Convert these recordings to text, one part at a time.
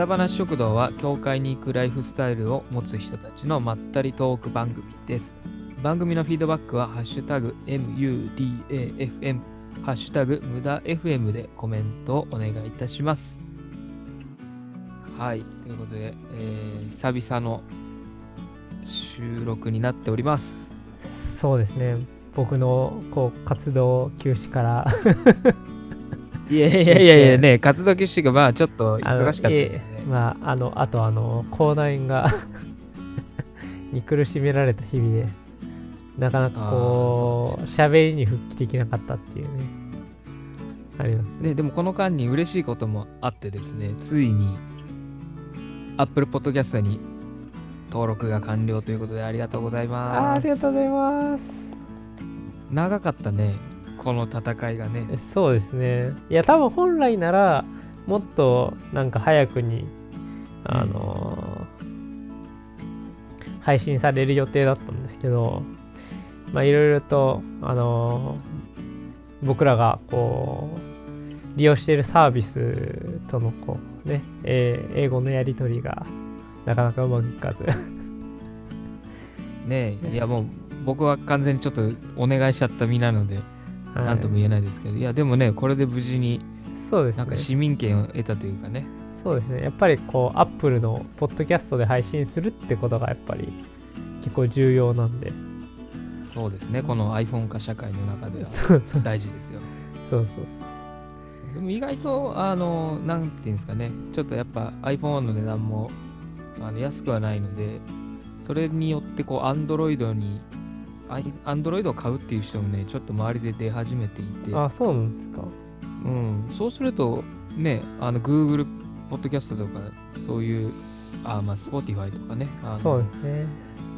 裏話食堂は教会に行くライフスタイルを持つ人たちのまったりトーク番組です。番組のフィードバックはハッシュタグ MUDAFM ハッシュタグ無駄 FM でコメントをお願いいたします。はい、ということで、久々の収録になっております。 そうですね、僕の活動休止からいやね、活動休止がまあちょっと忙しかったですね。 あと口内炎がに苦しめられた日々で、なかなか喋りに復帰できなかったっていうね、ありますね。 でもこの間に嬉しいこともあってですね、ついに Apple Podcast に登録が完了ということでありがとうございます。 ありがとうございます。 長かったね、この戦いがね。 そうですね。いや、多分本来ならもっとなんか早くに配信される予定だったんですけど、いろいろと僕らが利用しているサービスとの英語のやり取りがなかなかうまくいかずねえ、いやもう僕は完全にちょっとお願いしちゃった身なので、なんとも言えないですけど、いやでもね、これで無事になんか市民権を得たというかね。 そうですね。やっぱりApple のポッドキャストで配信するってことがやっぱり結構重要なんで。 そうですね、この iPhone 化社会の中では大事ですよ。 そうでも意外となんていうんですかね、ちょっとやっぱ iPhone の値段も安くはないので、それによってAndroid を買うっていう人もね、ちょっと周りで出始めていて。 あ、そうなんですか。 うん、そうするとね、Google ポッドキャストとかそういうSpotify とかね、 そうですね。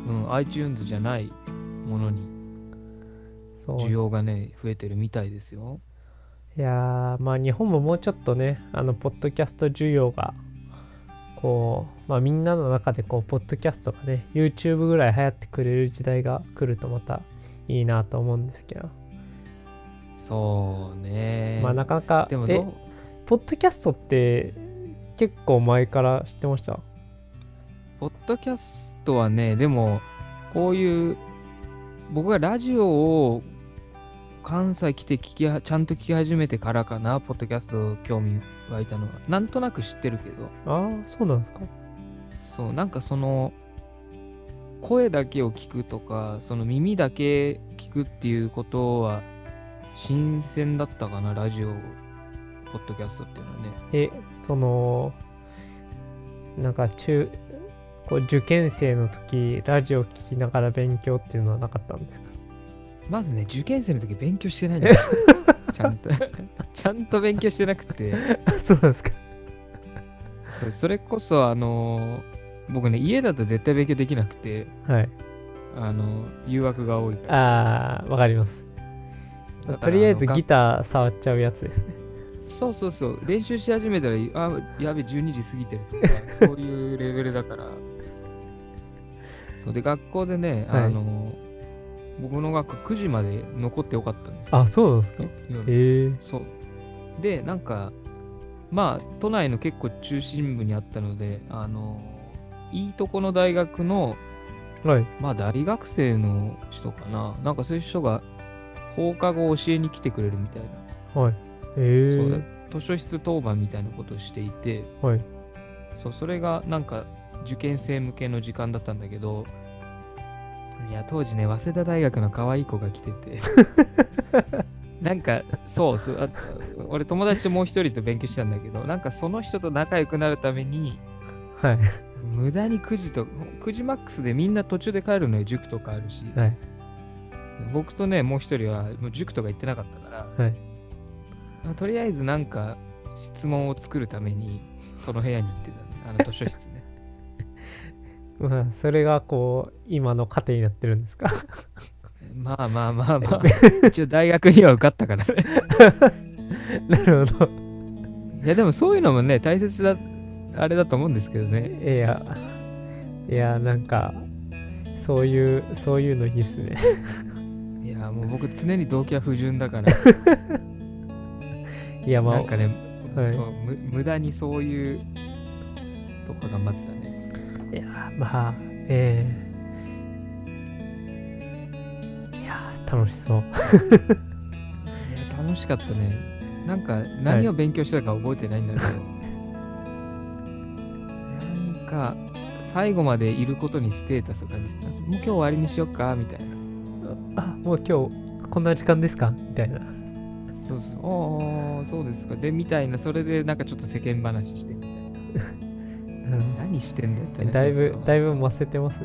iTunes じゃないものに需要がね増えてるみたいですよ。 いやー、日本ももうちょっとね、ポッドキャスト需要がみんなの中でポッドキャストがね YouTube ぐらい流行ってくれる時代が来るとまたいいなと思うんですけど。 そうね。 なかなかでもポッドキャストって結構前から知ってました？ ポッドキャストはね、でもこういう僕がラジオを関西来てちゃんと聞き始めてからかな、ポッドキャスト興味湧いたのは。なんとなく知ってるけど。 ああ、そうなんですか。 そう、なんか声だけを聞くとか、耳だけ聞くっていうことは新鮮だったかな、ラジオ、ポッドキャストっていうのはね。 なんか受験生の時、ラジオ聞きながら勉強っていうのはなかったんですか？ まずね、受験生の時勉強してないんだよ。ちゃんと勉強してなくて。 そうなんですか。 それこそ僕ね、家だと絶対勉強できなくて、 はい。 誘惑が多いから。 わかります。とりあえずギター触っちゃうやつですね。 そう。練習し始めたら、やべ、12時過ぎてるとか、そういうレベルだから。そうで、学校でね、僕の学校9時まで残ってよかったんですよ。 あ、そうなんですか。 そう。で、なんか、都内の結構中心部にあったので、いいとこの大学の、大学生の人かな。なんかそういう人が放課後教えに来てくれるみたいな。 はい。 そう図書室当番みたいなことをしていて、 はい。 それがなんか受験生向けの時間だったんだけど、いや、当時ね、早稲田大学の可愛い子が来てて、なんか、俺友達ともう一人と勉強してたんだけど、なんかその人と仲良くなるために、 はい。 無駄に9時マックスでみんな途中で帰るのよ、塾とかあるし。 はい。 僕とね、もう一人はもう塾とか行ってなかったから、 はい。 とりあえずなんか質問を作るために、その部屋に行ってたね、図書室ね。 それが今の糧になってるんですか？ まあ。一応大学には受かったからね。 なるほど。 いや、でもそういうのもね、大切だ、あれだと思うんですけどね。 いや、なんか、そういうのいいっすね。 いや、もう僕常に動機は不純だから。 いや、 なんかね、無駄にそういうとか頑張ってたね。 いやー、まあ、いやー、楽しそう。 いや楽しかったね。なんか何を勉強してたか覚えてないんだけど、なんか最後までいることにステータスを感じてた。もう今日終わりにしよっかみたいな。 あ、もう今日こんな時間ですかみたいな。 そうそう、おー、そうですか。で、みたいな、それでなんかちょっと世間話してみたいな。何してんだよって話だいぶだけどませてますね。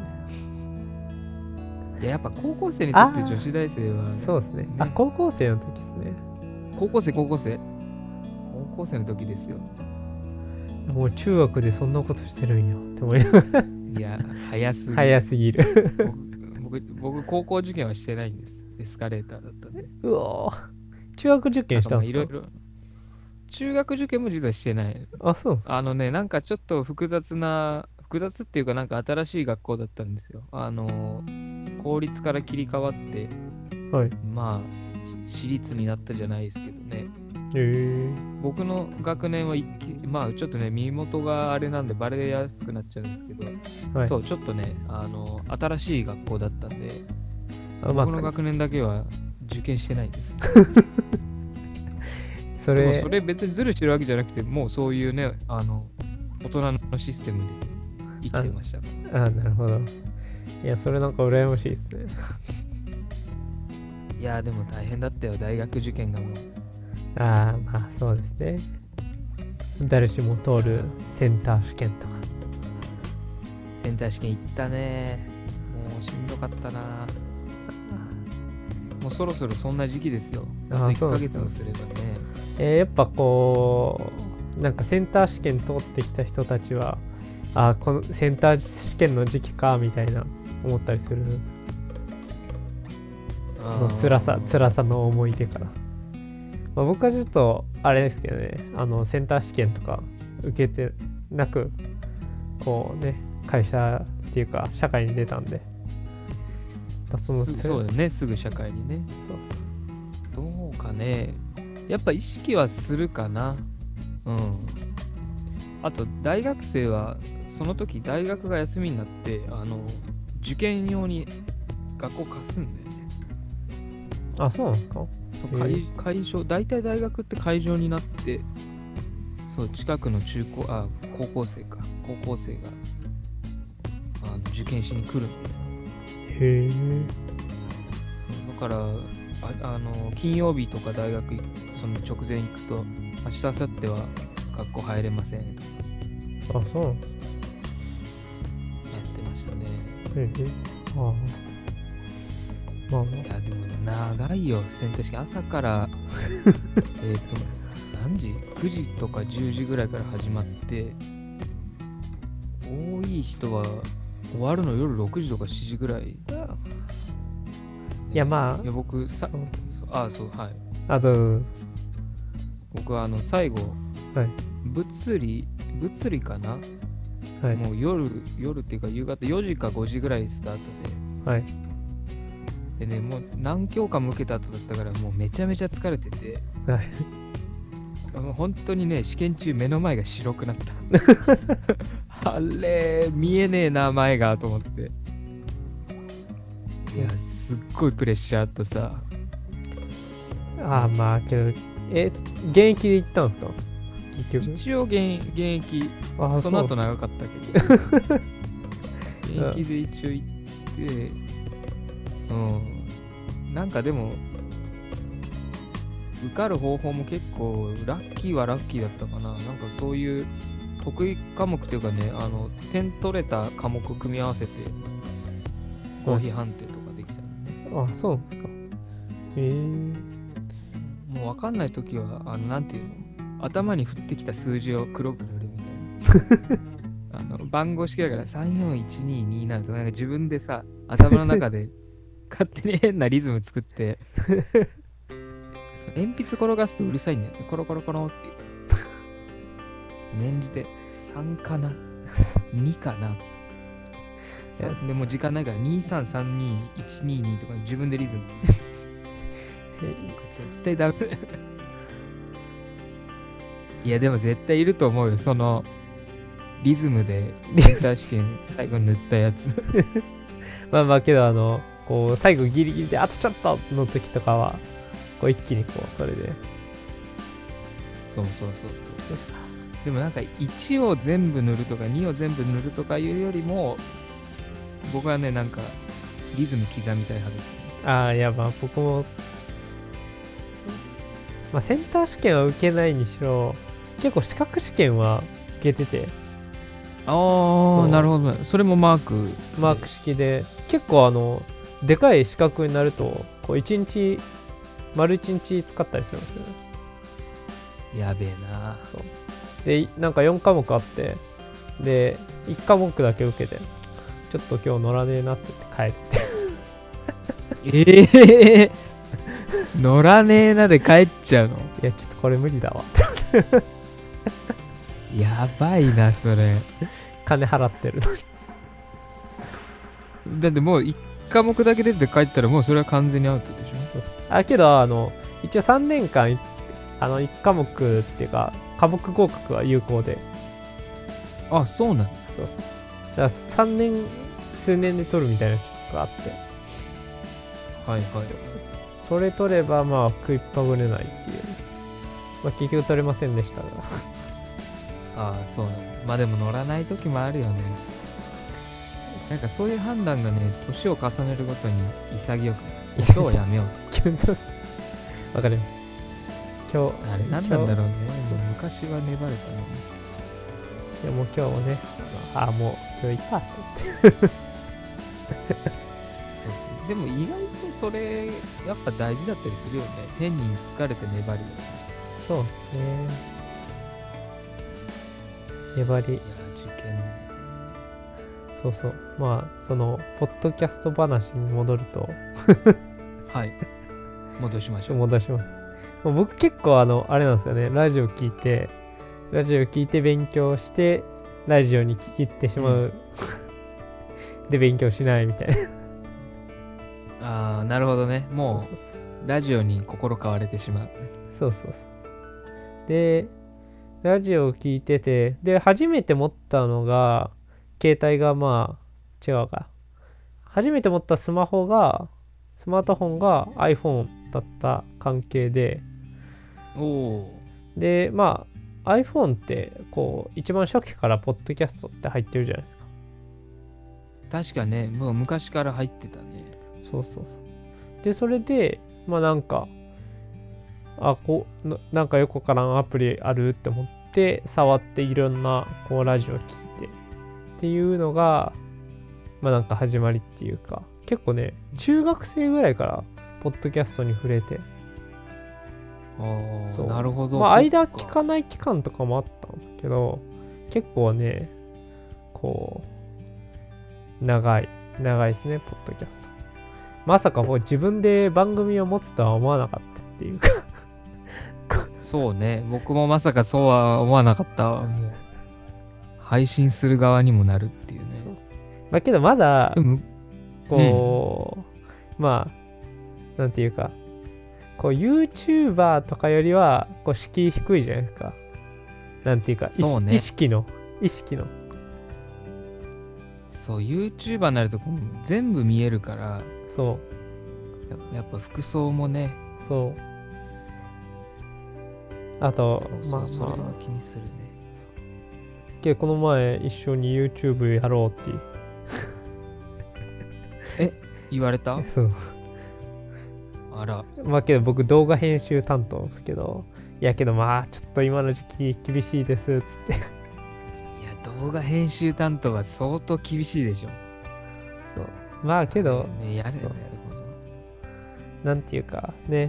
いや、やっぱ高校生にとって女子大生は、 そうですね。 ねあ、高校生の時ですね。 高校生の時ですよ。 もう中学でそんなことしてるんやって思いながら。 いや、早すぎる。 早すぎる。 僕、高校受験はしてないんです。エスカレーターだったんで。 うおー、中学受験したんですか？ いろいろ。中学受験も実はしてない。 あ、そうです。 なんかちょっと複雑っていうかなんか新しい学校だったんですよ。公立から切り替わって、 はい。 まあ、私立になったじゃないですけどね。僕の学年はまあちょっとね、身元があれなんでバレやすくなっちゃうんですけど、 はい、 そう、ちょっとね、新しい学校だったんで、 僕僕の学年だけは受験してないんです。 そでもそれ別にズルしてるわけじゃなくて、もうそういうね、大人のシステムで生きてましたから。 あ、なるほど。いや、それなんか羨ましいですね。 いや、でも大変だったよ、大学受験がもう。 ああ、まあそうですね。誰しも通るセンター試験とか。 センター試験行ったね。もうしんどかったな。もうそろそろそんな時期ですよ。あと1ヶ月もすればね。 やっぱこう、なんかセンター試験通ってきた人たちは、このセンター試験の時期か、みたいな思ったりするんですか？その辛さの思い出から。まあ、僕はちょっと、あれですけどね、センター試験とか受けてなく、こうね、会社っていうか、社会に出たんで、 そうだね、すぐ社会にね。 そうどうかね。やっぱ意識はするかな。うん。あと、大学生は、その時、大学が休みになって、受験用に学校貸すんだよね。 あ、そうなんですか？ 会場、大体大学って会場になって、そう、近くの高校生が、受験しに来るんですよ。 へえ。 だから金曜日とか大学その直前行くと、明日明後日は学校入れませんとか。 あ、そうなんですか。 やってましたね。 へえ。まあ、 いやでも長いよ、センター試験。朝から何時 ?9 時とか10時ぐらいから始まって、多い人は終わるの夜6時とか7時ぐらい。 いや、まあ。 いや、僕、そう、はい。 どうぞ。 僕は最後、 はい。 物理かな、 はい。 もう夜っていうか夕方4時か5時ぐらいスタートで。はい。 でね、もう何教科も受けた後だったから、もうめちゃめちゃ疲れてて、 はい。 もう本当にね、試験中目の前が白くなった。あれ、見えねえな、前が、と思って。いや、すっごいプレッシャーとさ。 まあ、けど、現役で行ったんですか？結局。 一応現役、その後長かったけど。現役で一応行って、なんかでも、受かる方法も結構ラッキーはラッキーだったかな。なんかそういう得意科目っていうかね、点取れた科目を組み合わせて合否判定とかできたのね。 あ、そうなんですか。 もう分かんないときはなんていうの、頭に降ってきた数字を黒く塗るみたいな。番号式だから341227とか、なんか自分でさ、頭の中で勝手に変なリズム作って鉛筆転がすとうるさいんだよね。コロコロコロっていう。念じて、3かな ?2 かな。でも時間ないから、2332122とか自分でリズム。絶対ダメ。いや、でも絶対いると思うよ。 リズムでセンター試験最後に塗ったやつ。 まあけどこう最後ギリギリであとちょっとの時とかはこう一気にこうそれでそう。でもなんか1を全部塗るとか2を全部塗るとかいうよりも、僕はね、なんかリズム刻みたい派ですね。 いや僕もセンター試験は受けないにしろ結構資格試験は受けてて、 なるほどね。それもマーク式で結構でかい資格になるとこう丸1日使ったりするんですよね。 やべえな。 そうでなんか4科目あって、で1科目だけ受けてちょっと今日乗らねえなって言って帰って乗らねえなで帰っちゃうの？ いやちょっとこれ無理だわやばいなそれ。 金払ってるのにだってもう1科目だけ出て帰ったらもうそれは完全にアウトでしょ。 けど一応3年間1科目っていうか科目合格は有効で。 あ、そうなんだ。 そうだから3年通年で取るみたいなのがあって、 はい。 それ取れば食いっぱぐれないっていう、結局取れませんでしたがそうなんだ。でも乗らない時もあるよね。なんかそういう判断がね、年を重ねるごとに潔く、今日はやめよう。 わかる。今日あれ何なんだろうね。昔は粘れたのに。 でも今日もね、もう今日いいかって言ってそうでも意外とそれやっぱ大事だったりするよね。変に疲れて粘るよね。 そうですね。粘り。 いや、受験ね。 そうそのポッドキャスト話に戻るとはい、戻しましょう。 もう僕結構あれなんですよね。ラジオ聞いて勉強してラジオに聞き入ってしまう、で勉強しないみたいな。なるほどね。もうラジオに心変われてしまう。 そうでラジオを聞いてて、で初めて持ったのが携帯が違うか、初めて持ったスマートフォンが iPhone だった関係で、でiPhone ってこう一番初期からポッドキャストって入ってるじゃないですか。 確かね、もう昔から入ってたね。 そうでそれでなんかなんかよくわからんアプリあるって思って触っていろんなこうラジオ聞いてっていうのがなんか始まりっていうか、結構ね中学生ぐらいからポッドキャストに触れて、 なるほど。 間聞かない期間とかもあったんだけど、結構ねこう長いですねポッドキャスト。まさかもう自分で番組を持つとは思わなかったっていうかそうね、僕もまさかそうは思わなかったわ。もう配信する側にもなるっていうね。 けどまだこう、なんていうかこう YouTuber とかよりはこう敷居低いじゃないですか。なんていうか、 そうね、 意識のそう YouTuber になると全部見えるから、 そうやっぱ服装もね、 そうあとそれは気にするね。 けどこの前一緒に YouTube やろうっていう言われた？ そうあら。 けど僕動画編集担当ですけど、いやけどちょっと今の時期厳しいですっつっていや動画編集担当は相当厳しいでしょ。 そうけどね、やるほど。 なんていうかね、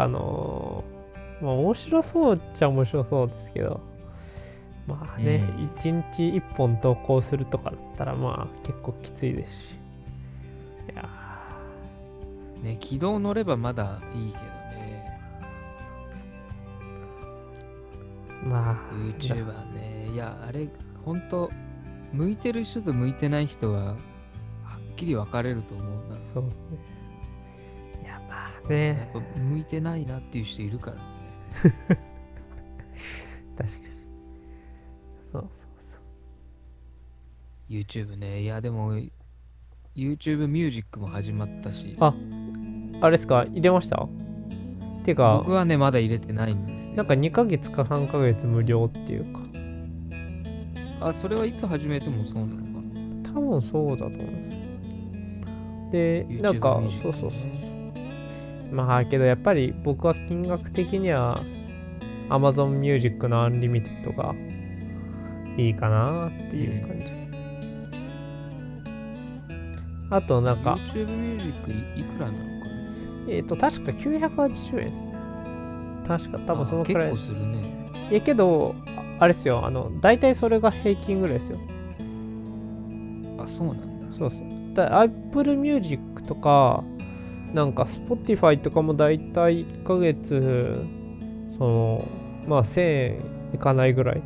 面白そうっちゃ面白そうですけど、1日1本投稿するとかだったら結構きついですし、いやね、軌道乗ればまだいいけどね。YouTuber ね、いやあれほんと向いてる人と向いてない人ははっきり分かれると思うな。 そうですね。いやね、 やっぱ向いてないなっていう人いるからね確かにそう YouTube ね。いや、でも、YouTube ミュージックも始まったし、 あれですか、入れました？っていうか、 僕はね、まだ入れてないんですよ。 なんか2ヶ月か3ヶ月無料っていうか、 それはいつ始めてもそうなのかな。 多分そうだと思います。で、なんか YouTube ミュージックねそうそうそう。まあけどやっぱり僕は金額的には Amazon Music のアンリミテッドがいいかなっていう感じです。あとなんか YouTube ミュージックいくらなのかな。 確か980円ですね。確か多分そのくらい。 結構するね。 いやけどあれですよ、大体それが平均ぐらいですよ。 あ、そうなんだ。 そうそう。Apple Music とかなんか Spotify とかもだいたい1ヶ月まあ1000円いかないぐらい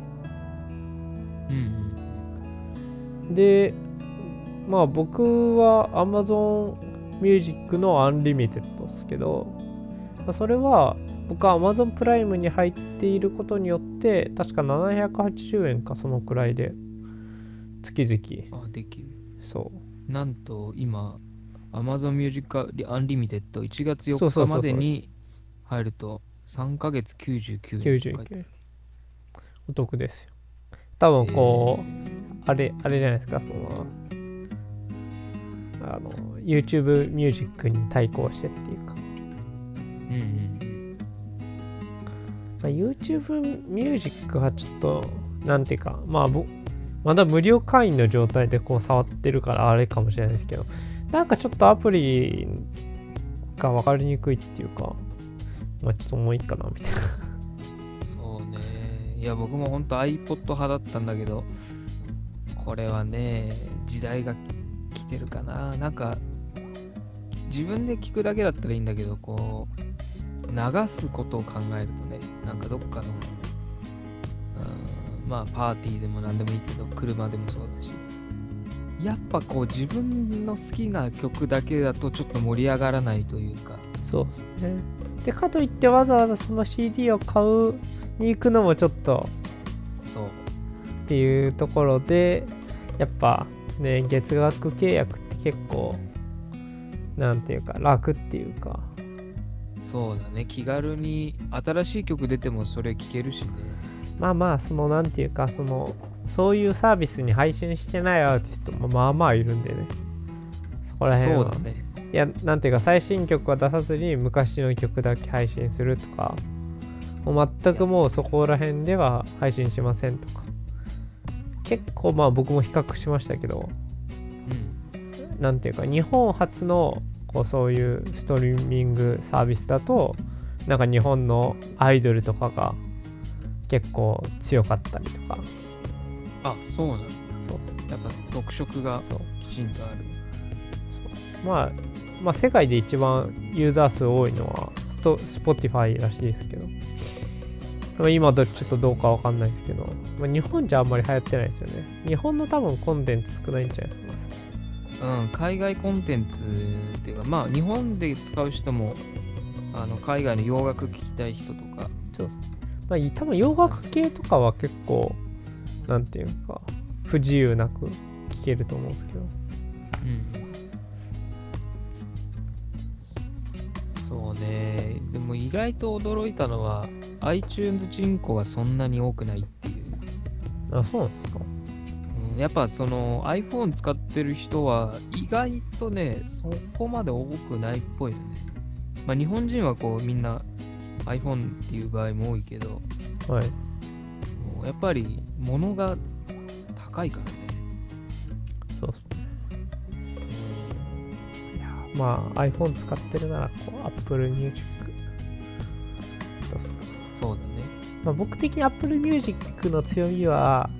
で、まあ僕は Amazon Music のアンリミテッドですけど、それは僕は Amazon プライムに入っていることによって確か780円かそのくらいで月々 できる。 そうなんと今 Amazon Music Unlimited 1月4日までに入ると3ヶ月99円 99円お得ですよ。多分こう、あれじゃないですか、YouTube ミュージックに対抗してっていうか、YouTube ミュージックはちょっとなんていうか、まだ無料会員の状態でこう触ってるからあれかもしれないですけど、なんかちょっとアプリが分かりにくいっていうか、ちょっともういいかなみたいな。 そうね。いや僕も本当 iPod 派だったんだけど、これはね時代が来てるかな。なんか自分で聞くだけだったらいいんだけど、こう流すことを考えるとね、なんかどっかのまあパーティーでも何でもいいけど、車でもそうだし、やっぱこう自分の好きな曲だけだとちょっと盛り上がらないというか。 そうですね。でかといってわざわざその CD を買うに行くのもちょっとそうっていうところで、やっぱね月額契約って結構なんていうか楽っていうか。 そうだね、気軽に新しい曲出てもそれ聴けるしね。 なんていうかそういうサービスに配信してないアーティストもまあまあいるんでね、そこら辺は。 そうだね。 いやなんていうか最新曲は出さずに昔の曲だけ配信するとか、もう全くもうそこら辺では配信しませんとか、結構僕も比較しましたけど、なんていうか日本初のこうそういうストリーミングサービスだと、なんか日本のアイドルとかが結構強かったりとか。 そうなんだ。 そうやっぱ特色がきちんとある。 まあ世界で一番ユーザー数多いのはSpotify らしいですけど、今ちょっとどうかわかんないですけど、日本じゃあんまり流行ってないですよね。日本の多分コンテンツ少ないんじゃないですか。 海外コンテンツっていうか、日本で使う人も海外の洋楽聴きたい人とか、 多分洋楽系とかは結構なんていうか不自由なく聴けると思うんですけど、 そうね。でも意外と驚いたのは iTunes 人口がそんなに多くないっていう。 そうなんですか。 やっぱiPhone 使ってる人は意外とねそこまで多くないっぽいよね。日本人はこうみんな iPhone っていう場合も多いけど、やっぱり物が高いからね。 そうっすね。iPhone 使ってるならApple Music どうっすか。 そうだね。 僕的に Apple Music の強みは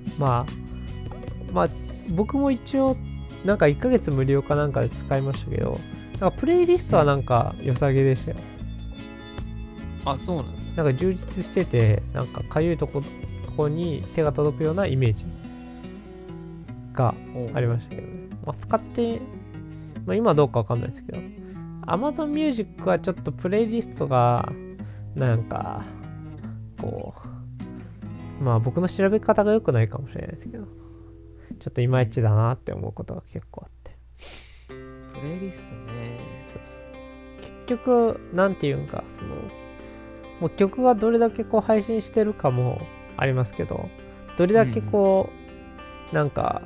僕も一応なんか1ヶ月無料かなんかで使いましたけど、なんかプレイリストはなんか良さげでしたよ。 そうなんだ。 なんか充実してて、なんかかゆいとこに手が届くようなイメージがありましたけどね。使って、今どうかわかんないですけど、Amazon Music はちょっとプレイリストがなんかこう僕の調べ方が良くないかもしれないですけど、 ちょっといまいちだなって思うことが結構あって。 プレイリストね。 そうです。結局なんていうんか、そのもう曲がどれだけこう配信してるかもありますけど、どれだけこう、なんか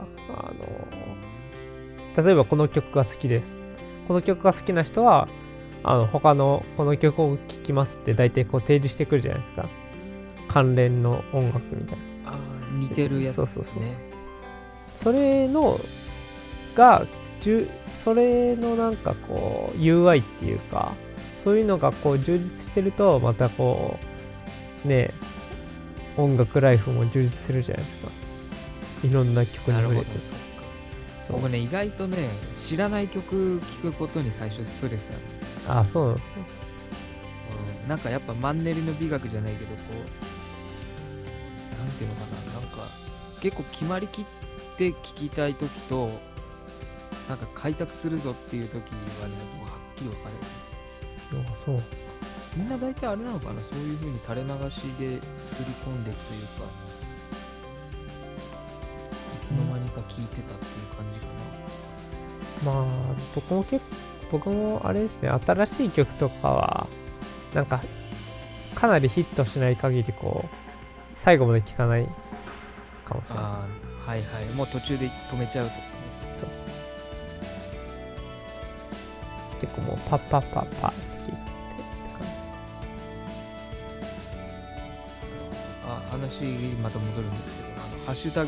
例えばこの曲が好きです、この曲が好きな人は他のこの曲を聴きますって大体こう提示してくるじゃないですか、関連の音楽みたいな。 ああ、似てるやつね。 そうそれのがそれのなんかこう UI っていうか、そういうのがこう充実してると、またこうね、音楽ライフも充実するじゃないですか。いろんな曲に触れて。 そう僕ね、意外とね、知らない曲聴くことに最初ストレスある。 あ、そうなんですか。 なんかやっぱマンネリの美学じゃないけど、こう、なんていうのかな、なんか結構決まりきって聴きたいときと、なんか開拓するぞっていうときはね、もうはっきり分かれる。 あ、そう。 みんな大体あれなのかな、そういう風に垂れ流しですり込んでいくというか、いつの間にか聴いてたっていう感じかな。まあ、僕もあれですね、新しい曲とかは、なんか、かなりヒットしない限り、こう、最後まで聴かないかもしれない。 ああ、はいはい。もう途中で止めちゃうとかね。 そうそう。結構もう、パッパッパッパッって聴いてって感じ。話また戻るんですけど、ハッシュタグ、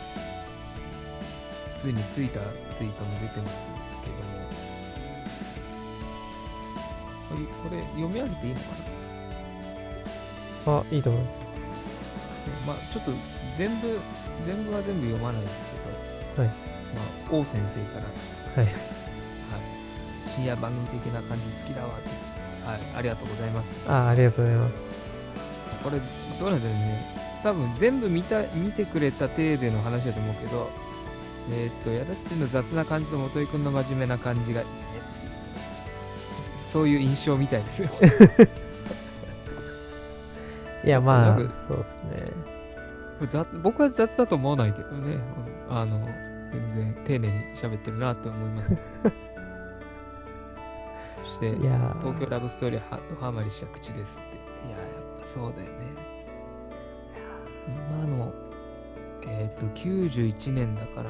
ついについたツイートも出てますけども、これ読み上げていいのかな。あ、いいと思います。 まあちょっと全部は全部読まないですけど、 はい。 まあ王先生から、 はい。 はい、深夜番組的な感じ好きだわって、はい、ありがとうございます。 ありがとうございます。 これどうなんだろうね。多分全部見てくれた体での話だと思うけど、やだっちの雑な感じと元井くんの真面目な感じがいいねっていう、そういう印象みたいですよ。 いや、まあ、そうですね。僕は雑だと思わないけどね。全然丁寧に喋ってるなって思います。そして、東京ラブストーリードハマりした口ですって。いや、やっぱそうだよね。今の、91年だから、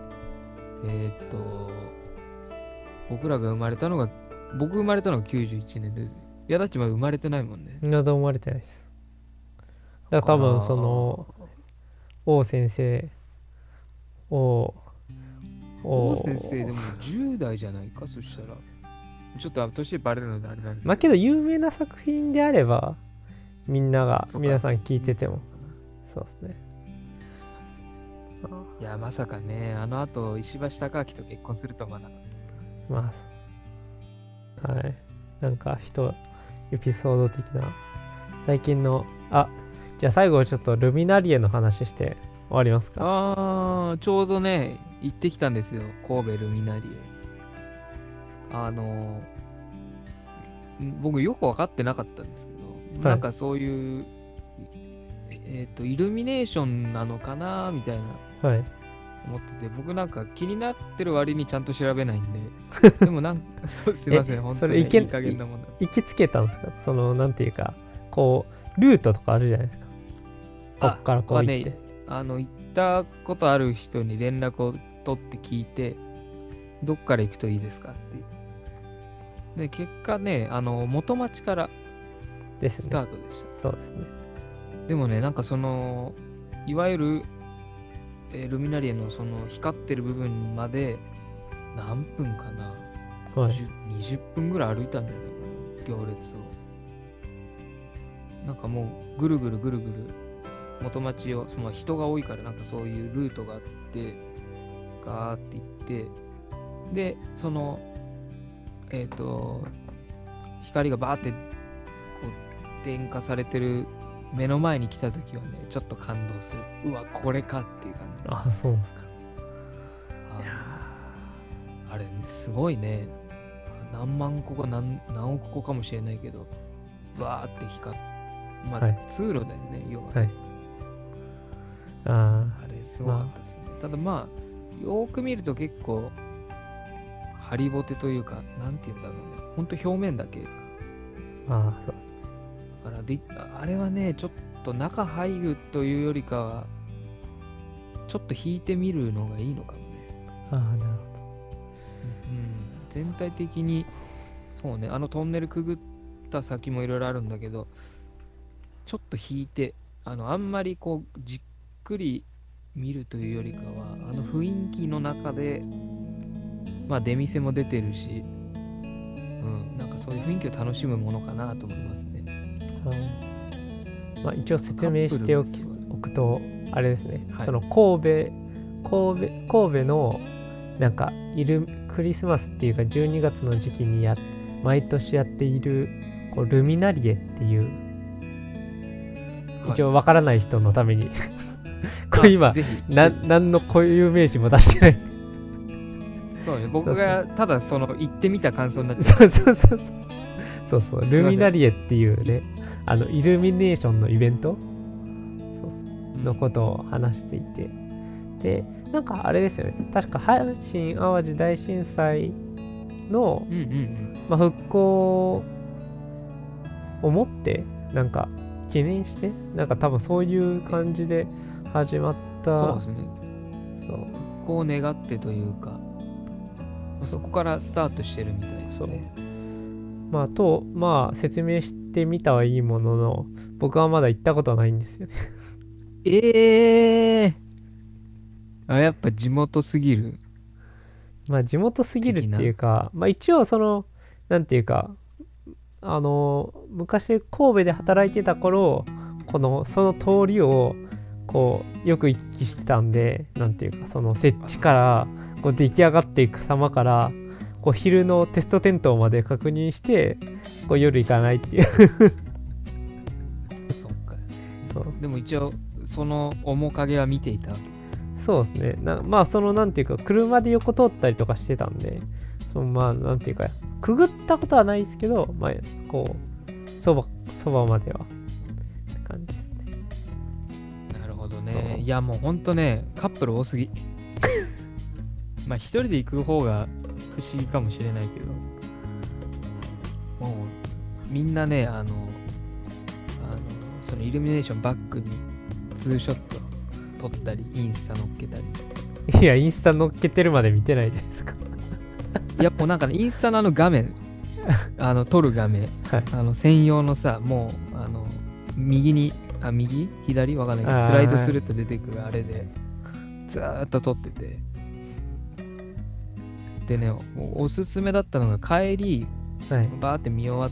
僕生まれたのが91年で、やだっちま生まれてないもんね。 まだ生まれてないです。だから多分その王先生王先生でも10代じゃないか。そしたらちょっと年バレるのであれなんですけど、 まあけど有名な作品であれば皆さん聞いててもそうですね。 いやまさかね、あの後石橋貴明と結婚するとは思わなかった。 まあはい、なんかエピソード的な最近のじゃあ最後ちょっとルミナリエの話して終わりますか。 ちょうどね行ってきたんですよ、神戸ルミナリエ。僕よく分かってなかったんですけど、なんかそういうイルミネーションなのかなみたいな思ってて、僕なんか気になってる割にちゃんと調べないんででもすいません、本当にいい加減なもんなんです。 行きつけたんですか。そのなんていうかこうルートとかあるじゃないですか。こっからこう行って、 行ったことある人に連絡を取って聞いて、どっから行くといいですかってで、結果ね、元町からスタートでした。 そうですね。 でもね、なんかいわゆる、ルミナリエのその光ってる部分まで何分かな、20分ぐらい歩いたんだよね、行列を。なんかもうぐるぐる元町を、人が多いからなんかそういうルートがあって、ガーって行って、で、光がバーってこう点火されてる目の前に来たときはね、ちょっと感動する。うわ、これかっていう感じ。 そうですか。 あれね、すごいね。何万個か何億個かもしれないけど、バーって光って、通路だよね、要は。あれすごかったですね。 ただまあよーく見ると結構ハリボテというか、なんていうんだろうね、ほんと表面だけああ、そう。 だからで、あれはねちょっと中入るというよりかはちょっと引いてみるのがいいのかもね。 ああ、なるほど。 全体的にそうね、トンネルくぐった先もいろいろあるんだけど、ちょっと引いて、あんまりこうじっくり見るというよりかは、雰囲気の中で、まあ出店も出てるし、なんかそういう雰囲気を楽しむものかなと思いますね。 まあ、一応説明しておくとあれですね、 はい、 その神戸のなんかクリスマスっていうか12月の時期に毎年やっているこうルミナリエっていう、一応わからない人のためにこれ今何の固有名詞も出してないそうね、僕がただその行ってみた感想になっちゃう。そうルミナリエっていうね、イルミネーションのイベントのことを話していて、でなんかあれですよね、確か阪神・淡路大震災の、まあ、復興をもってなんか記念してなんか多分そういう感じで始まった。 そうですね。復興を願ってというか、そこからスタートしてるみたいですね。 まあ説明してみたはいいものの、僕はまだ行ったことはないんですよね。 やっぱ地元すぎる。 まあ地元すぎるっていうか、まあ一応なんていうか、昔神戸で働いてた頃、その通りをこうよく行き来してたんで、なんていうかその設置からこう出来上がっていく様からこう昼のテスト点灯まで確認してこう夜行かないっていうそっか。でも一応その面影は見ていたわけ。 そうですね。まあなんていうか車で横通ったりとかしてたんで、まあなんていうかくぐったことはないですけど、まあこうそばまではって感じですね。 なるほどね。いやもうほんとね、カップル多すぎ。まあ一人で行く方が不思議かもしれないけど、もうみんなね、そのイルミネーションバックにツーショット撮ったりインスタ載っけたり。 いや、インスタ載っけてるまで見てないじゃないですか。 いやもうなんかね、インスタの画面撮る画面、はい、専用のさ、もう右左わかんないけど、スライドすると出てくるあれでずーっと撮ってて、でね、おすすめだったのが帰り、バーって見終わって、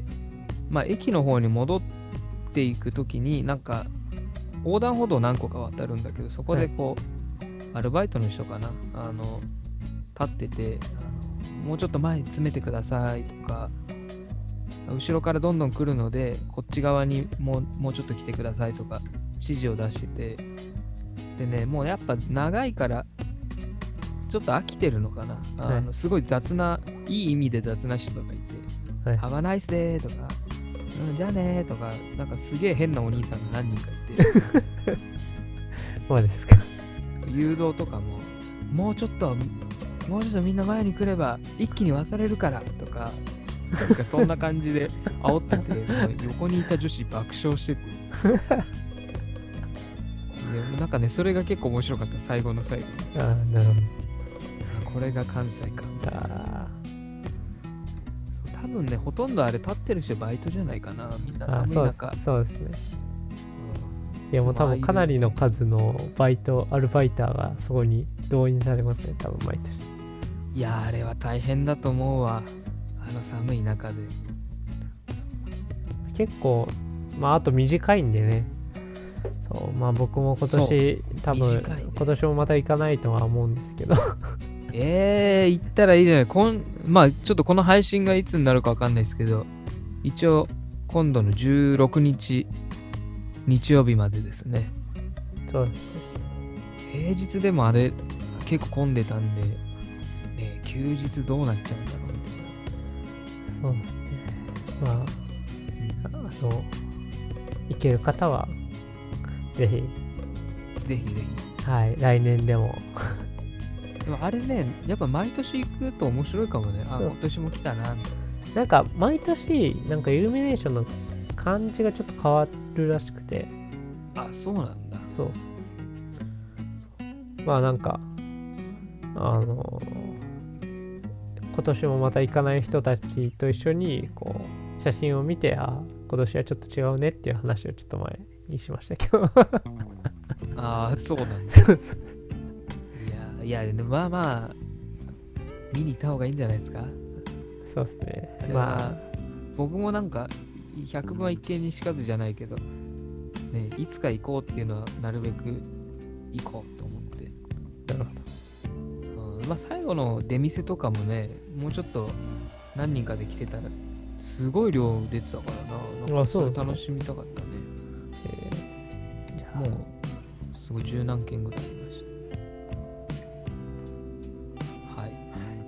まあ駅の方に戻っていくときになんか横断歩道何個か渡るんだけど、そこでこう、アルバイトの人かな、立ってて、もうちょっと前に詰めてくださいとか、後ろからどんどん来るのでこっち側にもうちょっと来てくださいとか指示を出してて、でね、もうやっぱ長いからちょっと飽きてるのかな、すごいいい意味で雑な人とかいて、ハバナイスデーとか、じゃあねーとか、なんかすげえ変なお兄さんが何人かいてマジですか。 誘導とかももうちょっとみんな前に来れば一気に渡れるからとか、なんかそんな感じで煽ってて横にいた女子爆笑しててなんかね、それが結構面白かった、最後の最後。 なるほど。 これが関西か。多分ね、ほとんどあれ立ってる人バイトじゃないかな、みんな寒い中。 そうですね。いやもう多分かなりの数のアルバイターがそこに動員されますね、多分毎年。 いやあれは大変だと思うわ、寒い中で。 結構あと短いんでね。僕も今年多分、ね、今年もまた行かないとは思うんですけど行ったらいいじゃない。ちょっとこの配信がいつになるか分かんないですけど、一応今度の16日日曜日までですね。 そうですね。 平日でもあれ結構混んでたんで、ね、休日どうなっちゃうんだろうみたいな。 そうですね。行ける方はぜひはい、来年でも。 でもあれね、やっぱ毎年行くと面白いかもね。あ、 そう今年も来たな、みたいなんか毎年なんかイルミネーションの感じがちょっと変わるらしくて、 な。あ、そうなんだ。 そうまあなんか今年もまた行かない人たちと一緒にこう写真を見て、今年はちょっと違うねっていう話をちょっと前にしましたけど。 ああ、そうなんだ。 そうそういや、でもまあまあ、見に行った方がいいんじゃないですか。 そうですね。 あれは僕もなんか、百聞は一見にしかずじゃないけど、ね、いつか行こうっていうのはなるべく行こうと思って。 なるほど。 まあ最後の出店とかもね、もうちょっと何人かで来てたら、すごい量出てたからな。なんかそれ楽しみたかったね。 じゃあもう、すごい十何件ぐらいありました。はい。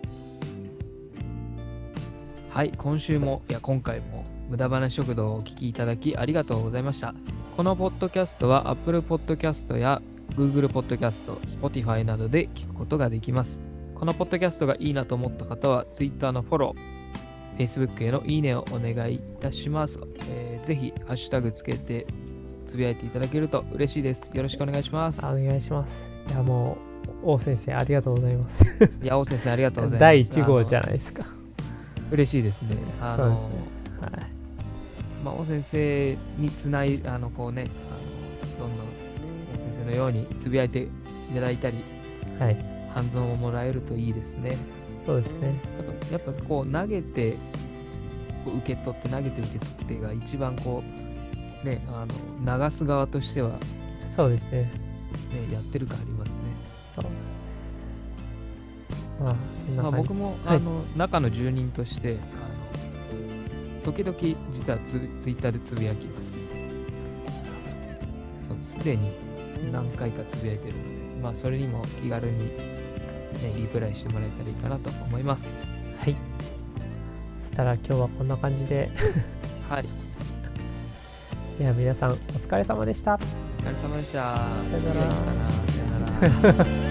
はい、今週も、今回も、無駄話食堂をお聞きいただきありがとうございました。このポッドキャストは Apple Podcast や Google Podcast、Spotify などで聞くことができます。このポッドキャストがいいなと思った方は Twitter のフォロー、Facebook へのいいねをお願いいたします。ぜひ、ハッシュタグつけてつぶやいていただけると嬉しいです。よろしくお願いします。 お願いします。いやもう王先生ありがとうございます。 いや、王先生ありがとうございます。 第1号じゃないですか。 嬉しいですね。 そうですね。はい。 まあ、王先生につないこうね、どんどん王先生のようにつぶやいていただいたり、 はい。 反応をもらえるといいですね。 そうですね。 やっぱこう投げてこう受け取って投げて受け取ってが一番こうね流す側としてはねそうですね。 やってる感ありますね。 そうですね。まあそんな感じ。 僕も、 はい、 中の住人として時々実はツイッターでつぶやきます。そうすでに何回かつぶやいてるので、まあそれにも気軽に、リプライしてもらえたらいいかなと思います。 はい。そしたら今日はこんな感じではい。 では皆さんお疲れ様でした。 お疲れ様でした。 さよなら。 さよなら。